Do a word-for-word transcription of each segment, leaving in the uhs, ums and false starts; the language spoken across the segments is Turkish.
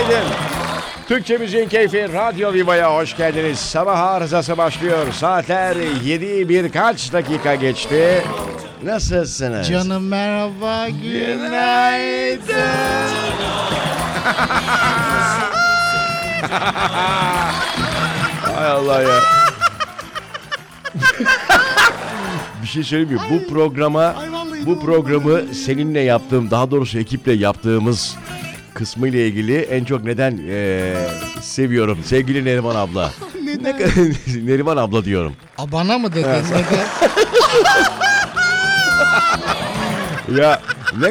Günaydın. Türkçe Müziğin Keyfi Radyo Viva'ya hoş geldiniz. Sabah arızası başlıyor. Saatler yedi birkaç dakika geçti. Nasılsınız? Canım merhaba, günaydın. Hay Allah ya. Bir şey söyleyeyim mi? Bu programa, bu programı seninle yaptığım, daha doğrusu ekiple yaptığımız kısmı ile ilgili en çok neden ee, seviyorum sevgili Neriman abla. Neden? Ne, Neriman abla diyorum. A, bana mı dedin? Evet. Neden? Ya ne?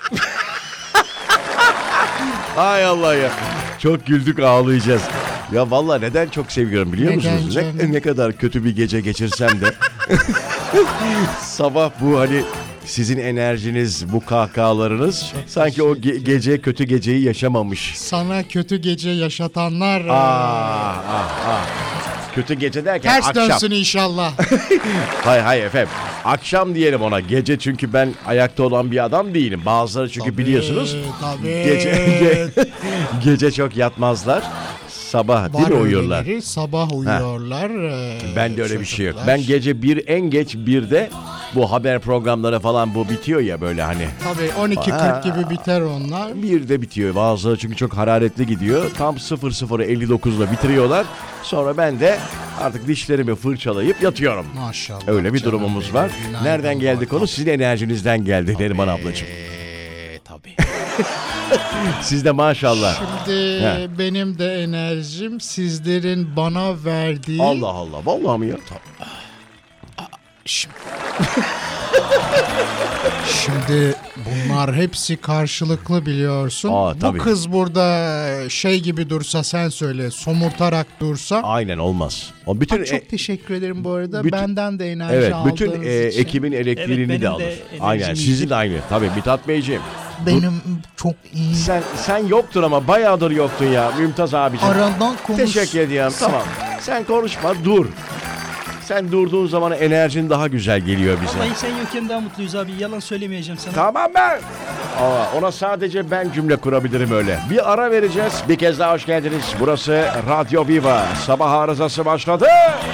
Ay Allah ya. Çok güldük, ağlayacağız. Ya vallahi neden çok seviyorum biliyor Neden musunuz? Ne, ne kadar kötü bir gece geçirsem de sabah bu hani sizin enerjiniz, bu kahkahalarınız çok sanki o ge- gece kötü geceyi yaşamamış. Sana kötü gece yaşatanlar. Ah, ah, ah. Kötü gece derken Ters akşam. dönsün inşallah. Hayır hayır efendim. Akşam diyelim ona. Gece çünkü ben ayakta olan bir adam değilim. Bazıları çünkü Tabii, biliyorsunuz. Tabii. Gece ge- gece çok yatmazlar. Sabah değil mi uyuyorlar? Öyleleri, sabah uyuyorlar. Ee, Ben de öyle bir şey yok. çocuklar. Ben gece bir en geç birde bu haber programları falan bu bitiyor ya böyle hani. Tabii on iki kırk gibi biter onlar. birde bitiyor. Bazıları çünkü çok hararetli gidiyor. Tam sıfır sıfır elli dokuzda bitiriyorlar. Sonra ben de artık dişlerimi fırçalayıp yatıyorum. Maşallah. Öyle bir canım durumumuz benim, var. günaydın Nereden geldi var. konu? Sizin enerjinizden geldi Neriman ablacığım. Eee tabii. Siz de maşallah. Şimdi He. benim de enerjim sizlerin bana verdiği... Allah Allah. Vallahi mi ya? Şimdi... Şimdi bunlar hepsi karşılıklı biliyorsun. Aa, Bu tabii. kız burada şey gibi dursa, sen söyle, somurtarak dursa. Aynen olmaz. O bütün Aa, çok e- teşekkür ederim bu arada. bütün- Benden de enerji evet, aldığınız bütün e, için. ekibin elektriğini Evet, benim de de alır. enerjim Aynen. iyi. Sizin de aynı. Tabii Mithat Beyciğim. Benim çok iyi. Sen sen yoktun ama bayağıdır yoktun ya Mümtaz abiciğim. Aradan konuş. Teşekkür ediyorum. Tamam. Sen konuşma, dur. Sen durduğun zaman enerjin daha güzel geliyor bize. Vallahi sen yokken daha mutluyuz abi. Yalan söylemeyeceğim sana. Tamam ben. Aa, ona sadece ben cümle kurabilirim öyle. Bir ara vereceğiz. Bir kez daha hoş geldiniz. Burası Radyo Viva. Sabah arızası başladı.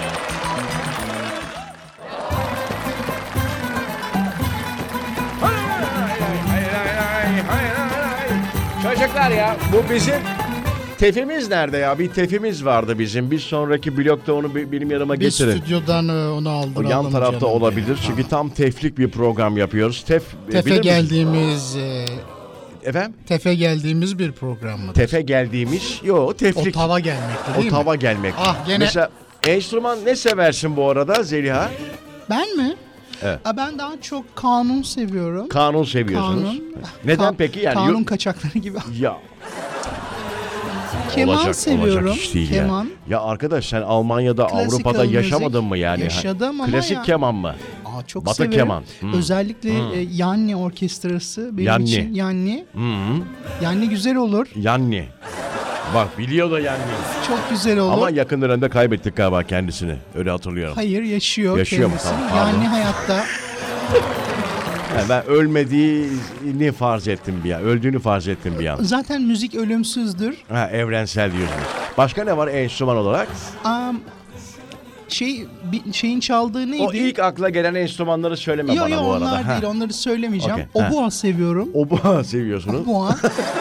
Çocuklar ya, bu bizim tefimiz nerede ya? Bir tefimiz vardı bizim. Bir sonraki blokta onu be- benim yanıma Bir getirin. stüdyodan e, onu O aldıralım. yan tarafta canım olabilir. benim. Çünkü Ha. tam teflik bir program yapıyoruz. Tef, e, Tefe bilir misiniz? geldiğimiz e, Efendim? Tefe geldiğimiz bir program mı? Tefe geldiğimiz, yo O teflik. tava gelmekti O değil mi? tava gelmek. Ah, gene- Mesela enstrüman ne seversin bu arada Zeliha? Ben mi? Evet. Aa, ben daha çok kanun seviyorum. Kanun seviyorsunuz. Kanun. Neden Ka- peki? Yani kanun yo- kaçakları gibi. ya Keman olacak, seviyorum. olacak iş değil Keman. ya. Ya arkadaş sen Almanya'da, Classical Avrupa'da müzik yaşamadın mı yani? yaşadım ama Klasik ya- keman mı? Aa, çok Batı severim. keman. Hmm. Özellikle e, Yanni orkestrası benim Yanni. için. Yanni. Hı hı. Yanni güzel olur. Yanni. Bak biliyor da Yanni. Çok güzel olur. Ama yakın dönemde kaybettik galiba kendisini. Öyle hatırlıyorum. Hayır, yaşıyor, Yaşıyor mu? kendisi. Tamam, pardon. Yanni hayatta. Yani ben ölmediğini farz ettim bir an. Öldüğünü farz ettim bir an. Zaten müzik ölümsüzdür. Ha, evrensel diyorsunuz. Başka ne var enstrüman olarak? Um, şey bir şeyin çaldığı neydi? O ilk akla gelen enstrümanları söyleme Yo bana yo bu arada. onlar Ha. değil, onları söylemeyeceğim. Okey, ha. Obua seviyorum. Oboa seviyorsunuz. Obua.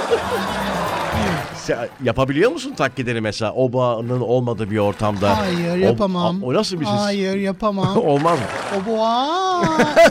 Sen yapabiliyor musun taklidini mesela oboa'nın olmadığı bir ortamda? Hayır, O- yapamam. O, nasıl bir ses? Hayır, yapamam. Olmaz mı? Obua.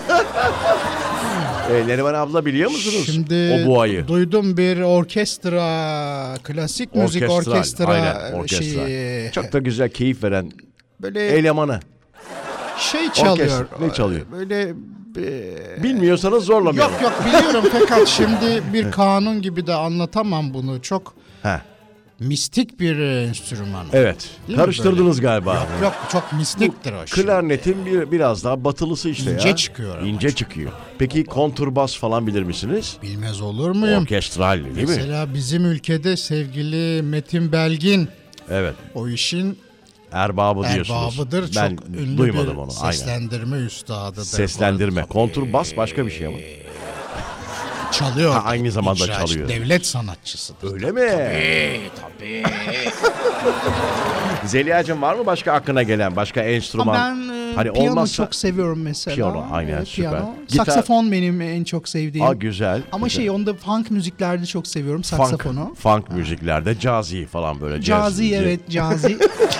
E, Neriman abla biliyor musunuz Şimdi oboa'yı? duydum bir orkestra, klasik müzik Orkestral, orkestra aynen, orkestral. şeyi. Çok da güzel keyif veren Böyle elemanı. şey çalıyor. Ne çalıyor? Böyle e, Bilmiyorsanız zorlamayalım. Yok yok biliyorum fakat şimdi bir kanun gibi de anlatamam bunu. Çok Ha. mistik bir enstrüman. Evet. Değil mi Karıştırdınız galiba. Yok yok çok mistiktir o şimdi. Klarnetin bir biraz daha batılısı işte İnce ya. çıkıyor ama. İnce çıkıyor. Peki konturbas falan bilir misiniz? Bilmez olur muyum? Orkestral değil mi? Mesela bizim ülkede sevgili Metin Belgin Evet. o işin Erbabı diyorsunuz. erbabıdır. Ben Çok ünlü duymadım bir onu. Aynen. seslendirme üstadıdır. Seslendirme. Tabii. Konturbas başka bir şey ama. çalıyor. Ha, aynı zamanda İcra, çalıyor. Devlet sanatçısıdır. Öyle mi? Tabii tabii. Zeliha'cığım var mı başka aklına gelen başka enstrüman? Ben e, Hani piyano olmazsa- çok seviyorum mesela. Piyano, aynen, Evet, süper. piyano. Gitar- Saksafon benim en çok sevdiğim. Aa, güzel. Ama güzel. şey onda funk müziklerde çok seviyorum saksafonu. Funk, funk müziklerde cazi falan böyle. Cazi jazz- evet cazi.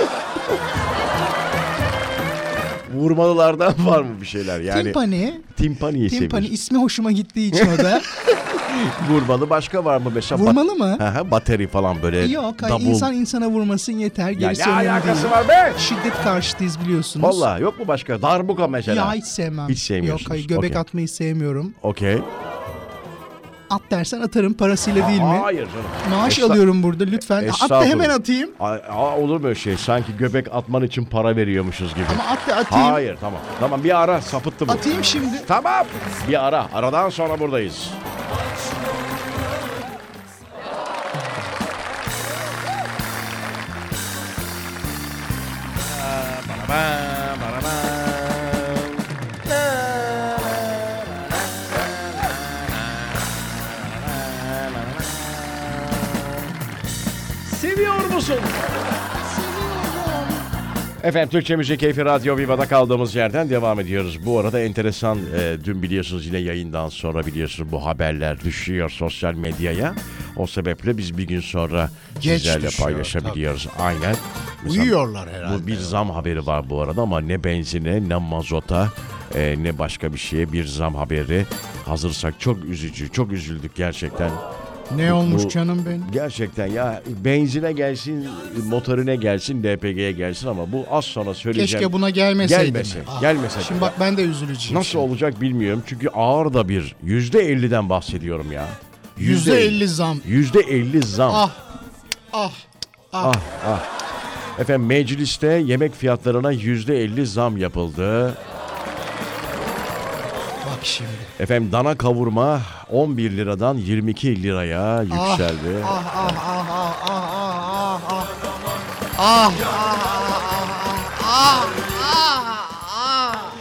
Vurmalılardan var mı bir şeyler yani? Timpani. Timpani'yi Timpani seviyorsun. ismi hoşuma gittiği için o da. Vurmalı başka var mı mesela? Vurmalı mı? Hı hı, bateri falan böyle. Yok hayır, davul. insan insana vurmasın yeter. Ya Gerisi ne önemli alakası değil. var be? Şiddet karşıtıyız biliyorsunuz. Vallahi yok mu başka? Darbuka mesela. Ya hiç sevmem. Hiç sevmiyorsunuz. Yok hayır göbek Okey. atmayı sevmiyorum. Okey. At dersen atarım parasıyla değil mi? Hayır canım. Maaş Esta- alıyorum burada lütfen. At da Estağfurullah. hemen atayım. Aa, aa, olur mu öyle şey? Sanki göbek atman için para veriyormuşuz gibi. Ama at da atayım. Hayır tamam. Tamam bir ara sapıttı bu. Atayım şimdi. Tamam. Bir ara. Aradan sonra buradayız. Seviyor musun? Efendim Türkçe Müzik Keyfi Radyo Viva'da kaldığımız yerden devam ediyoruz. Bu arada enteresan, e, dün biliyorsunuz yine yayından sonra biliyorsunuz bu haberler düşüyor sosyal medyaya. O sebeple biz bir gün sonra Geç sizlerle düşüyor, paylaşabiliyoruz. Aynen. Mesela Uyuyorlar herhalde. bu bir zam haberi var bu arada ama ne benzine ne mazota e, ne başka bir şeye bir zam haberi. Hazırsak çok üzücü, çok üzüldük gerçekten. Ne olmuş Bu- canım benim? Gerçekten ya benzine gelsin, motorine gelsin, L P G'ye gelsin ama bu az sonra söyleyeceğim. Keşke buna gelmeseydim. Gelmese, Ah, gelmese. Şimdi bak ben de üzüleceğim. Nasıl şimdi. olacak bilmiyorum çünkü ağır da bir yüzde elliden bahsediyorum ya. yüzde elli zam. Yüzde elli zam. Ah. Ah. Ah. Ah, ah. Efendim mecliste yemek fiyatlarına yüzde elli zam yapıldı. Bak şimdi. Efendim dana kavurma on bir liradan yirmi iki liraya yükseldi. Ah ah ah ah ah ah ah. Ah ah ah ah.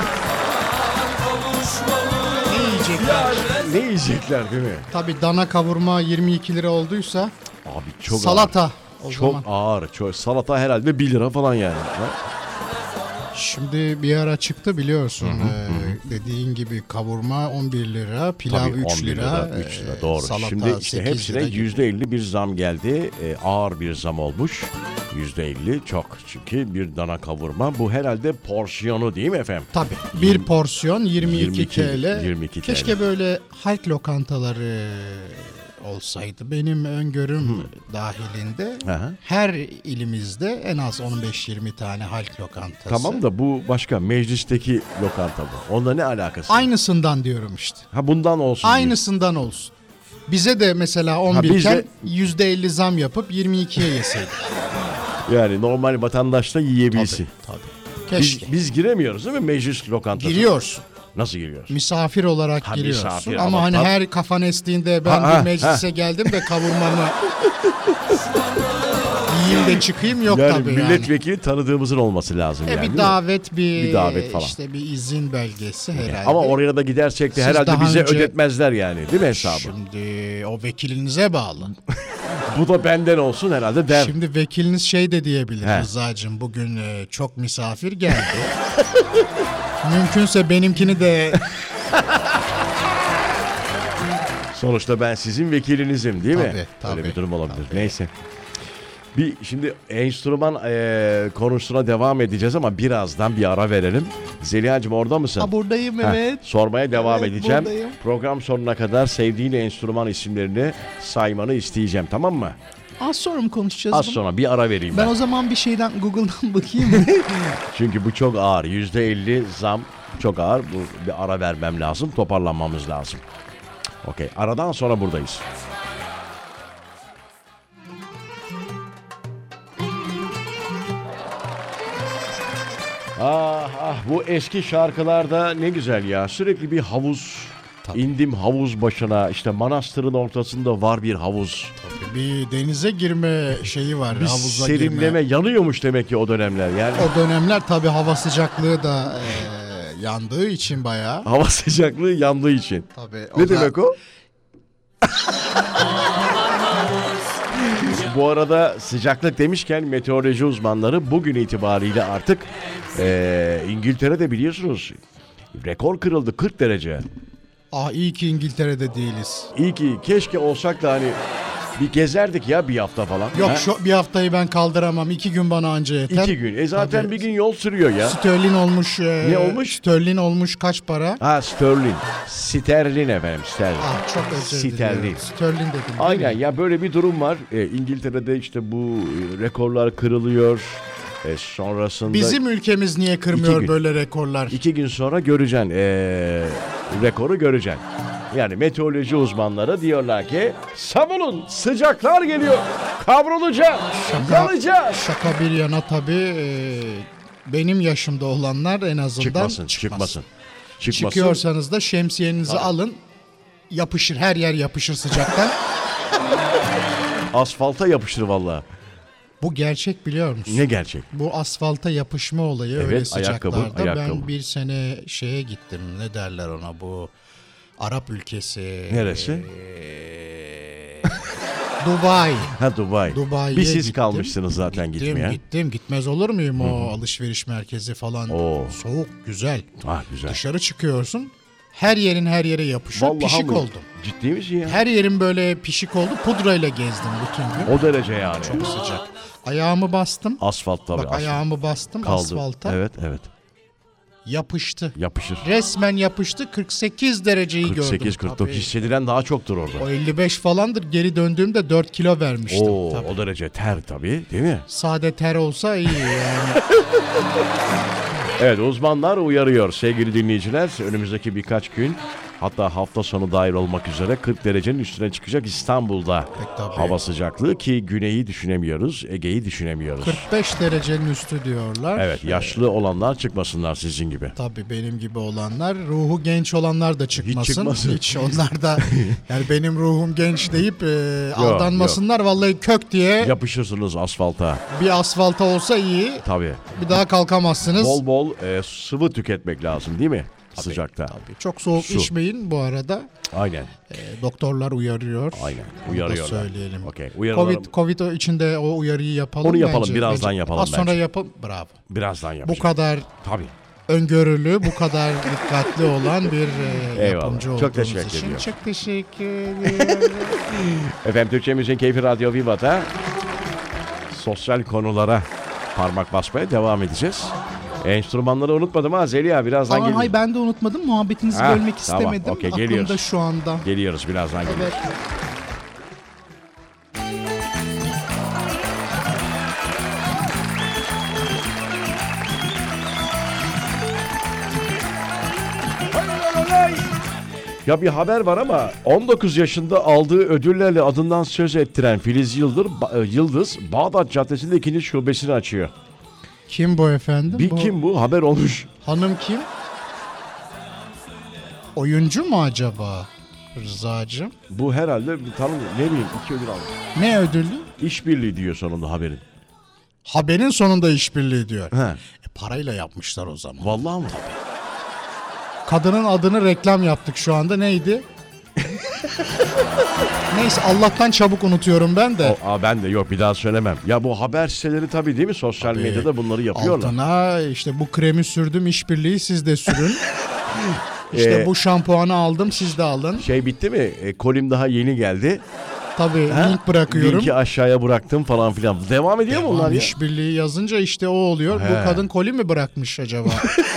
Ne yiyecekler? Ne yiyecekler değil mi? Tabii dana kavurma yirmi iki lira olduysa Abi çok salata ağır. o Çok zaman. ağır. Çok, salata herhalde bir lira falan yani. Şimdi bir ara çıktı biliyorsun. Ee, dediğin gibi kavurma on bir lira, pilav Tabii, üç on bir lira, üç lira e, doğru. salata Şimdi işte sekiz hepsine lira gibi. yüzde elli bir zam geldi. Ee, ağır bir zam olmuş. yüzde elli çok. Çünkü bir dana kavurma bu herhalde porsiyonu değil mi efendim? Tabii. Bir porsiyon yirmi iki yirmi iki TL. yirmi iki TL. Keşke böyle halk lokantaları olsaydı. Benim öngörüm dahilinde Aha. her ilimizde en az on beş yirmi tane halk lokantası. Tamam da bu başka meclisteki lokanta bu. Onunla ne alakası? Aynısından diyorum işte. Ha bundan olsun. Aynısından olsun. Bize de mesela on bir biz iken de- yüzde elli zam yapıp yirmi ikiye yeseydik. diyor. Yani normal vatandaş da yiyebilsin. Tabii. Biz, Keşke. biz giremiyoruz değil mi meclis lokantasına? Giriyorsun. Nasıl giriyoruz? Misafir olarak Ha, giriyorsun. misafir ama, ama hani tat- her kafan estiğinde ben Ha, ha, bir meclise geldim de kavurmamı yiyeyim de çıkayım yok yani tabii yani. milletvekili tanıdığımızın olması lazım E, yani. bir değil mi? davet bir, Bir davet falan. işte bir izin belgesi herhalde. Ama oraya da gidersek de Siz herhalde daha bize önce- ödetmezler yani değil mi hesabı? Şimdi o vekilinize bağlı. Bu da benden olsun herhalde der. Şimdi vekiliniz şey de diyebilir He. Rıza'cığım bugün e, çok misafir geldi. Mümkünse benimkini de Sonuçta ben sizin vekilinizim değil mi? Tabii, tabii, Öyle bir durum olabilir. tabii. Neyse. Bir şimdi enstrüman e, konusuna devam edeceğiz ama birazdan bir ara verelim. Zeliha'cığım orada mısın? Ha, buradayım Heh, evet. sormaya devam Evet, edeceğim. buradayım. Program sonuna kadar sevdiğin enstrüman isimlerini saymanı isteyeceğim, tamam mı? Az sonra mı konuşacağız Az bunu? sonra bir ara vereyim ben. Ben o zaman bir şeyden Google'dan bakayım mı? Çünkü bu çok ağır. yüzde elli zam çok ağır. Bu bir ara vermem lazım. Toparlanmamız lazım. Okey. Aradan sonra buradayız. Ah ah bu eski şarkılarda ne güzel ya. Sürekli bir havuz. Tabii. İndim havuz başına. İşte manastırın ortasında var bir havuz. bir denize girme şeyi var. Bir havuza serinleme girme. yanıyormuş demek ki o dönemler. Yani O dönemler tabii hava sıcaklığı da e, yandığı için bayağı. hava sıcaklığı yandığı için. Tabii, Ne o da demek o? Bu arada sıcaklık demişken meteoroloji uzmanları bugün itibariyle artık e, İngiltere'de biliyorsunuz rekor kırıldı kırk derece. Ah iyi ki İngiltere'de değiliz. İyi ki keşke olsak da hani bir gezerdik ya bir hafta falan. Yok Ha? şu bir haftayı ben kaldıramam. İki gün bana anca yeter. İki gün. E zaten Tabii. bir gün yol sürüyor ya. Sterlin olmuş. E, Ne olmuş? Sterlin olmuş kaç para? Ha sterlin. Sterlin efendim sterlin. Ah çok özür dilerim. Sterlin. Sterlin dedim. değil Aynen mi? ya böyle bir durum var. E, İngiltere'de işte bu e, rekorlar kırılıyor. E, sonrasında Bizim ülkemiz niye kırmıyor gün. böyle rekorlar? iki gün sonra göreceksin. E, rekoru göreceksin. Yani meteoroloji uzmanları diyorlar ki savunun sıcaklar geliyor. Kavrulacağız. Yanacağız. Şaka bir yana tabii e, benim yaşımda olanlar en azından Çıkmasın, çıkmaz. çıkmasın. Çıkmasın. Çıkıyorsanız da şemsiyenizi alın. Yapışır, her yer yapışır sıcaktan. Asfalta yapışır vallahi. Bu gerçek biliyor musun? Ne gerçek? Bu asfalta yapışma olayı Evet, öyle sıcaklarda. ayakkabı, ayakkabı. Ben bir sene şeye gittim. Ne derler ona bu Arap ülkesi. Neresi? Ee, Dubai. Ha Dubai. Dubai'ye Bir siz gittim. kalmışsınız zaten Gittim, gitmeye. Gittim gitmez olur muyum o alışveriş merkezi falan. Oo. Soğuk güzel. Ah güzel. Dışarı çıkıyorsun. Her yerin her yere yapışıyor. Vallahi Pişik mi? oldum. Ciddi misin ya? Her yerim böyle pişik oldu. Pudrayla gezdim bütün gün. O derece yani. Çok sıcak. Ayağımı bastım. Asfalt tabii. Bak asfalt. ayağımı bastım Kaldı. asfalta. Evet evet. Yapıştı. Yapışır. Resmen yapıştı. kırk sekiz dereceyi kırk gördüm. sekiz kırk dokuz Tabii. hissedilen daha çoktur orada. O elli beş falandır. Geri döndüğümde dört kilo vermiştim. Oo, Tabii. o derece ter tabii değil mi? Sade ter olsa iyi yani. Evet uzmanlar uyarıyor sevgili dinleyiciler. Önümüzdeki birkaç gün hatta hafta sonu dahil olmak üzere kırk derecenin üstüne çıkacak İstanbul'da Pek tabii. hava sıcaklığı ki güneyi düşünemiyoruz, Ege'yi düşünemiyoruz. kırk beş derecenin üstü diyorlar. Evet yaşlı olanlar çıkmasınlar sizin gibi. Tabii benim gibi olanlar, ruhu genç olanlar da çıkmasın. çıkmasın. Hiç onlar da yani benim ruhum genç deyip e, aldanmasınlar. Vallahi kök diye Yapışırsınız asfalta bir asfalta olsa iyi. tabii. Bir daha kalkamazsınız. Bol bol e, sıvı tüketmek lazım değil mi? Sıcakta. Tabii. Çok soğuk Su. içmeyin bu arada. Aynen. E, doktorlar uyarıyor. Aynen. Bunu da Uyarıyorlar. söyleyelim. Okey. Uyarılarım Covid, Covid içinde o uyarıyı yapalım. Onu yapalım, bence. birazdan Bence. yapalım Az sonra bence. yapalım. Bravo. birazdan Bu yapacağım. kadar Tabii. öngörülü, bu kadar dikkatli olan bir e, Eyvallah. yapımcı Çok olduğunuz teşekkür için ediyorum. çok teşekkür ediyorum. Efendim Türkçe Müziğin Keyfi Radyo Viva'da sosyal konulara parmak basmaya devam edeceğiz. Enstrümanları unutmadım ha Zeliha birazdan Aa, geliyoruz. hay ben de unutmadım. Muhabbetinizi Ha, bölmek tamam, istemedim. okey, Aklımda geliyoruz. şu anda. Geliyoruz birazdan geliyoruz. Evet. Ya bir haber var ama on dokuz yaşında aldığı ödüllerle adından söz ettiren Filiz Yıldız, Yıldız Bağdat Caddesi'nde ikinci şubesini açıyor. Kim bu efendim? Bir bu kim bu? Haber olmuş. Hanım kim? Oyuncu mu acaba? Rıza'cığım. Bu herhalde bir tanım ne bileyim iki ödül almış. Ne ödülü? İşbirliği diyor sonunda haberin. Haberin sonunda işbirliği diyor. He. E, parayla yapmışlar o zaman. Vallahi mı? Kadının adını reklam yaptık şu anda. Neydi? Neyse Allah'tan çabuk unutuyorum ben de. O, aa, ben de yok bir daha söylemem. Ya bu haber siteleri tabii değil mi? Sosyal Tabii. medyada bunları yapıyorlar. Altına işte bu kremi sürdüm işbirliği siz de sürün. İşte Ee, bu şampuanı aldım siz de alın. Şey bitti mi? E, kolim daha yeni geldi. Tabii Ha? link bırakıyorum. Linki aşağıya bıraktım falan filan. Devam ediyor mu Devam, onlar ya? işbirliği yazınca işte o oluyor. He. Bu kadın koli mi bırakmış acaba?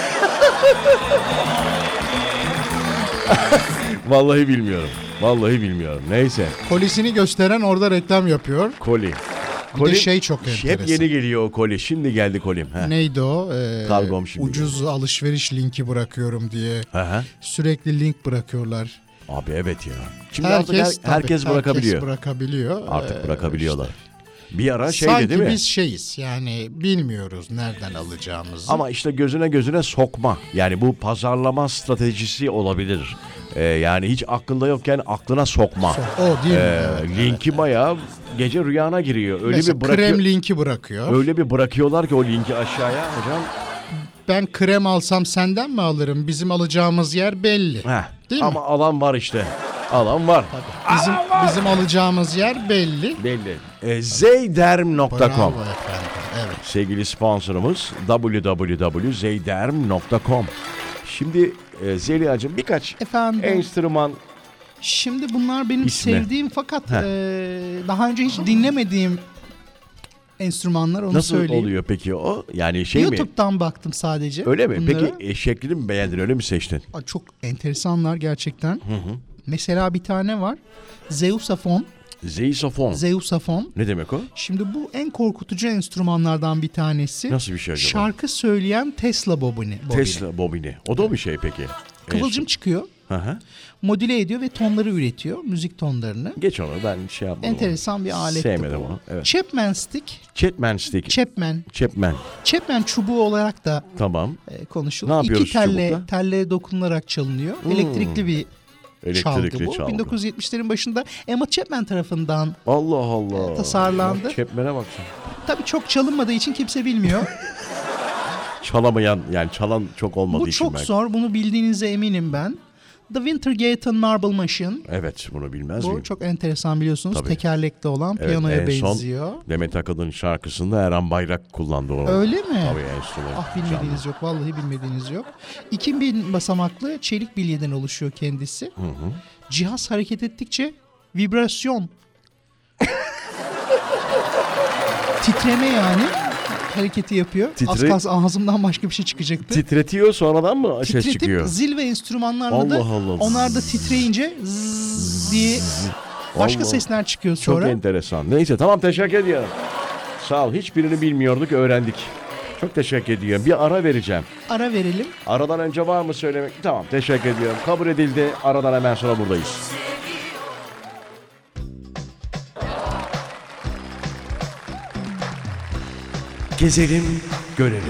Vallahi bilmiyorum. Vallahi bilmiyorum. Neyse. Kolisini gösteren orada reklam yapıyor. Koli. Bir de şey çok Hep enteresan. yeni geliyor o koli. Şimdi geldi kolim. He. Neydi o? Ee, Kargom şimdi ucuz alışveriş linki bırakıyorum diye. Aha. Sürekli link bırakıyorlar. Abi evet ya. Şimdi artık her- tabii, herkes bırakabiliyor. Herkes bırakabiliyor. Artık Ee, bırakabiliyorlar. işte. Bir ara şeydi Sanki değil mi? biz şeyiz yani bilmiyoruz nereden alacağımızı. Ama işte gözüne gözüne sokma. Yani bu pazarlama stratejisi olabilir. Ee, yani hiç aklında yokken aklına sokma. So- o değil mi? Ee, Evet, linki bayağı gece rüyana giriyor. Öyle Mesela bir bırakıyor, krem linki bırakıyor. öyle bir bırakıyorlar ki o linki aşağıya hocam. Ben krem alsam senden mi alırım? Bizim alacağımız yer belli. Heh, Değil ama mi? alan var işte. Alan var. Bizim bizim alacağımız yer belli. Belli. E, zeyderm nokta com Bravo efendim. Evet. sevgili sponsorumuz w w w nokta zeyderm nokta com. Şimdi e, Zeliha'cığım birkaç Efendim. enstrüman. Şimdi bunlar benim İsmi. sevdiğim fakat Heh. e, daha önce hiç dinlemediğim enstrümanlar, onu Nasıl söyleyeyim. oluyor peki o? Yani şey mi? YouTube'dan baktım sadece. Öyle mi? bunlara. Peki e, şeklini mi beğendin, öyle mi seçtin? Aa, çok enteresanlar gerçekten. Mesela bir tane var. Zeusafon. Zeusafon. Zeusafon. Ne demek o? Şimdi bu en korkutucu enstrümanlardan bir tanesi. Nasıl bir şey acaba? Şarkı söyleyen Tesla bobini. bobini. Tesla bobini. O da mı şey peki? Kıvılcım çıkıyor. Hı hı. Modüle ediyor ve tonları üretiyor. Müzik tonlarını. Geç onu, ben şey yapmadım. Enteresan bir alet. Sevmedim onu. Evet. Chapman stick. Chapman stick. Chapman. Chapman. Chapman çubuğu olarak da Tamam. e, konuşulur. Ne yapıyoruz İki telle, çubukla? tellere dokunularak çalınıyor. Hmm. Elektrikli bir çalgı Elektrikli bu. çalgı. bin dokuz yüz yetmişlerin başında Emma Chapman tarafından Allah Allah. tasarlandı. Bak, Chapman'e baksana. tabii çok çalınmadığı için kimse bilmiyor. Çalamayan, yani çalan çok olmadığı Bu için çok belki. zor. Bunu bildiğinize eminim ben. The Wintergatan Marble Machine. Evet, bunu bilmez Bu miyim? çok enteresan biliyorsunuz. Tabii. Tekerlekli olan, Evet, piyanoya en son benziyor. Demet Akalın şarkısında Eren Bayrak kullandı onu. Öyle mi? Tabii, enstrüman. Ah, bilmediğiniz yok. Vallahi bilmediğiniz yok. iki bin basamaklı çelik bilyeden oluşuyor kendisi. Hı hı. Cihaz hareket ettikçe vibrasyon. Titreme yani. Hareketi yapıyor. Titre- Az kalsın ağzımdan başka bir şey çıkacaktı. Titretiyor, sonradan mı ses Titretip çıkıyor? zil ve enstrümanlarla da Allah Allah. onlar da titreyince zzz diye başka Allah. sesler çıkıyor Çok sonra. enteresan. Neyse, tamam, teşekkür ediyorum. Sağ ol. Hiçbirini bilmiyorduk, öğrendik. Çok teşekkür ediyorum. Bir ara vereceğim. Ara verelim. Aradan önce var mı söylemek? Tamam, teşekkür ediyorum. Kabul edildi. Aradan hemen sonra buradayız. Gezelim, görelim.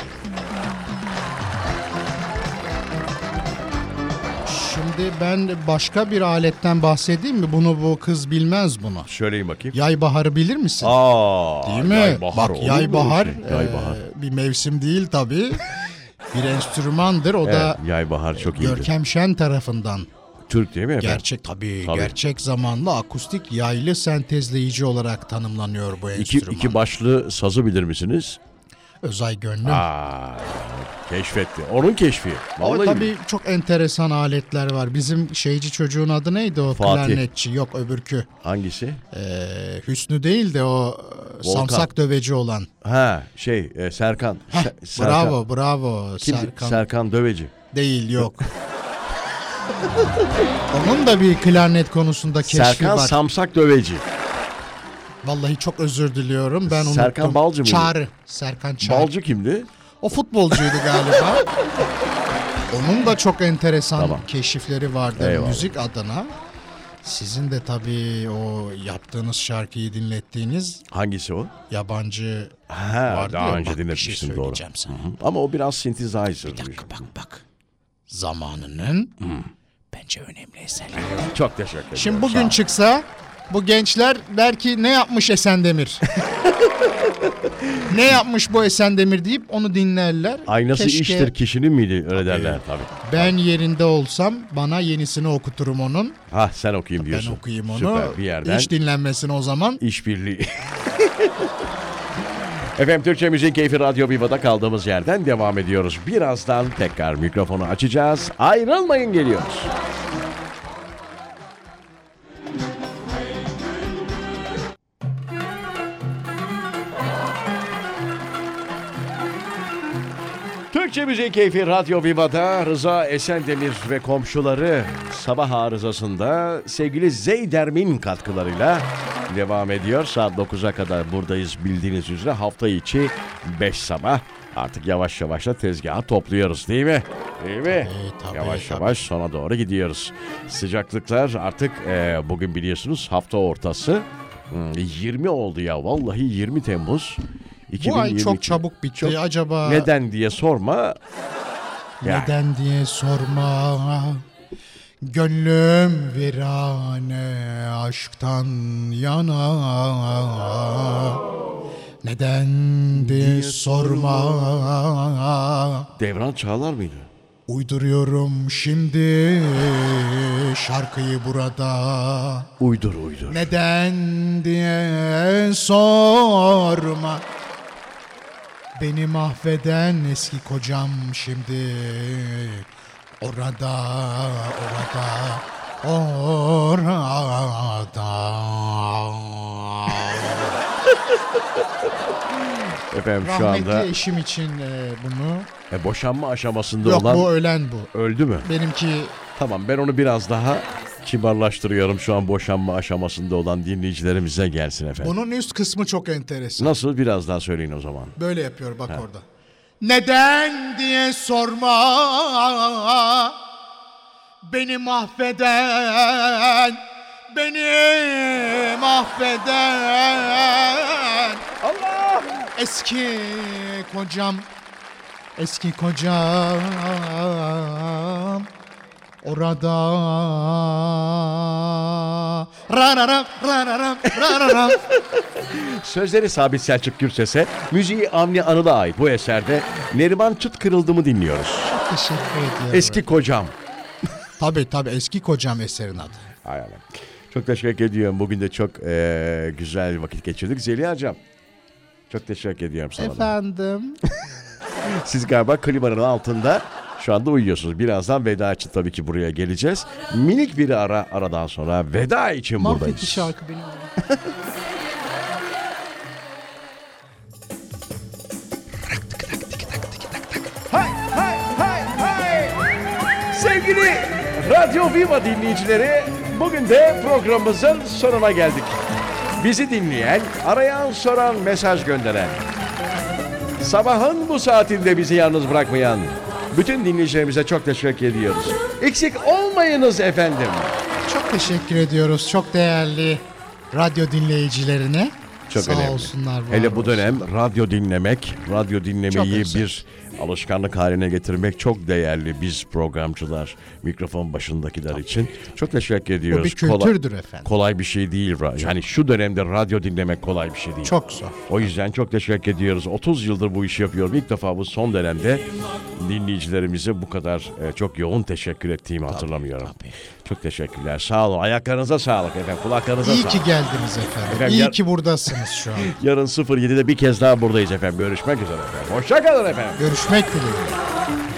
Şimdi ben başka bir aletten bahsedeyim mi? Bunu bu kız bilmez bunu. Söyleyin bakayım. Yay baharı bilir misin? Aa, Değil mi? yay bahar Bak, olur mu yay bahar, şey? Yay bahar. e, bir mevsim değil tabii. Bir enstrümandır. O da Evet, yay bahar çok iyidir. Görkem Şen tarafından. Türk değil mi efendim? Gerçek tabii, Tabii. gerçek zamanlı akustik yaylı sentezleyici olarak tanımlanıyor bu İki, enstrüman. iki başlı sazı bilir misiniz? Özay Gönlüm. Aa, keşfetti. Onun keşfi. Ama Vallahi tabii çok enteresan aletler var. Bizim şeyci çocuğun adı neydi o? Fatih. Klarnetçi. Yok, öbürkü. hangisi? Ee, Hüsnü değil de o e, Volkan. samsak döveci olan. Ha, şey e, Serkan. Heh, Se- Serkan. bravo bravo. Kimdi? Serkan. Serkan Döveci. Değil, yok. Onun da bir klarnet konusunda keşfi Serkan var. Samsak Döveci. Vallahi çok özür diliyorum. Ben Serkan unuttum. Balcı mıydı? Çağrı. Serkan Çağrı. Balcı kimdi? O futbolcuydu galiba. Onun da çok enteresan Tamam. keşifleri vardı Eyvallah. müzik adına. Sizin de tabii o yaptığınız şarkıyı dinlettiğiniz Hangisi o? yabancı Ha, vardı daha ya. önce Bak, bir şey dinletmiştim, doğru. söyleyeceğim sana. Hı hı. Ama o biraz synthesizer. Bir dakika, bak bak. Zamanının bence önemli eserleri. Çok teşekkür ederim. Şimdi Sağ bugün ol. çıksa bu gençler der ki ne yapmış Esen Demir? Ne yapmış bu Esen Demir deyip onu dinlerler. Aynası Keşke iştir kişinin miydi? Öyle derler tabii. ben yerinde olsam bana yenisini okuturum onun. Ha, sen okuyayım diyorsun. Ben okuyayım onu. Süper, bir yerden. Hiç dinlenmesin o zaman. İşbirliği. Efendim, Türkçe Müzik Keyfi Radyo Viva'da kaldığımız yerden devam ediyoruz. Birazdan tekrar mikrofonu açacağız. Ayrılmayın, geliyoruz. Türkçe Müzik Keyfi Radyo Viva'da Rıza Esendemir ve komşuları sabah arızasında sevgili Zeyderm'in katkılarıyla devam ediyor. Saat dokuza kadar buradayız, bildiğiniz üzere hafta içi beş sabah. Artık yavaş yavaş da tezgaha topluyoruz, değil mi? Değil mi? tabii, yavaş tabii. yavaş sona doğru gidiyoruz. Sıcaklıklar artık e, bugün biliyorsunuz hafta ortası. Hmm, yirmi oldu ya, vallahi yirmi Temmuz. Bu ay iki bin yirmi iki. çok çabuk bitti. Çok- Acaba Neden diye sorma. Ya. neden diye sorma. Gönlüm virane aşktan yana. Neden diye sorma. Devran Çağlar mıydı? Uyduruyorum şimdi şarkıyı burada. Uydur uydur. Neden diye sorma. Beni mahveden eski kocam şimdi orada, orada, orada. Efendim şu Rahmetli anda eşim için e, bunu. e, boşanma aşamasında Yok, olan bu ölen bu. öldü mü? Benimki Tamam, ben onu biraz daha kibarlaştırıyorum. Şu an boşanma aşamasında olan dinleyicilerimize gelsin efendim. bunun üst kısmı çok enteresan. Nasıl, biraz daha söyleyin o zaman. Böyle yapıyor bak orada. Neden diye sorma. Beni mahveden, beni mahveden Allah! eski kocam, eski kocam orada. Rararam, rararam, rararam. Sözleri Sabit Selçuk Gürses'e, müziği Avni Anıl'a ait bu eserde Neriman Çıt Kırıldı mı dinliyoruz. Teşekkür ediyorum. Eski kocam. Tabii tabii eski kocam eserin adı. Hay Allah. Çok teşekkür ediyorum. Bugün de çok eee, güzel vakit geçirdik. Zeliha'cığım, çok teşekkür ediyorum sana da. Efendim. Siz galiba klimanın altında şu anda uyuyorsunuz. Birazdan veda için tabii ki buraya geleceğiz. Minik bir ara, aradan sonra veda için buradayız. Mahvetti şarkı beni. Hay hay hay hay. Sevgili Radyo Viva dinleyicileri, bugün de programımızın sonuna geldik. Bizi dinleyen, arayan, soran, mesaj gönderen, sabahın bu saatinde bizi yalnız bırakmayan bütün dinleyicilerimize çok teşekkür ediyoruz. Eksik olmayınız efendim. Çok teşekkür ediyoruz çok değerli radyo dinleyicilerine. Çok Sağ önemli. olsunlar. var Hele bu olsun. dönem radyo dinlemek, radyo dinlemeyi Çok özel. bir alışkanlık haline getirmek çok değerli biz programcılar, mikrofon başındakiler için. Çok teşekkür ediyoruz. Bu bir kültürdür efendim. Kolay bir şey değil. Yani şu dönemde radyo dinlemek kolay bir şey değil. Çok zor. O yüzden çok teşekkür ediyoruz. otuz yıldır bu işi yapıyorum. İlk defa bu son dönemde dinleyicilerimize bu kadar e, çok yoğun teşekkür ettiğimi hatırlamıyorum. tabii. Çok teşekkürler. Sağ olun. Ayaklarınıza sağlık efendim. Kulaklarınıza İyi sağlık. ki geldiniz efendim. Efendim, İyi yar- ki buradasınız şu an. Yarın sıfır yedide bir kez daha buradayız efendim. Görüşmek üzere efendim. Hoşça kalın efendim. Görüşmek dileğiyle.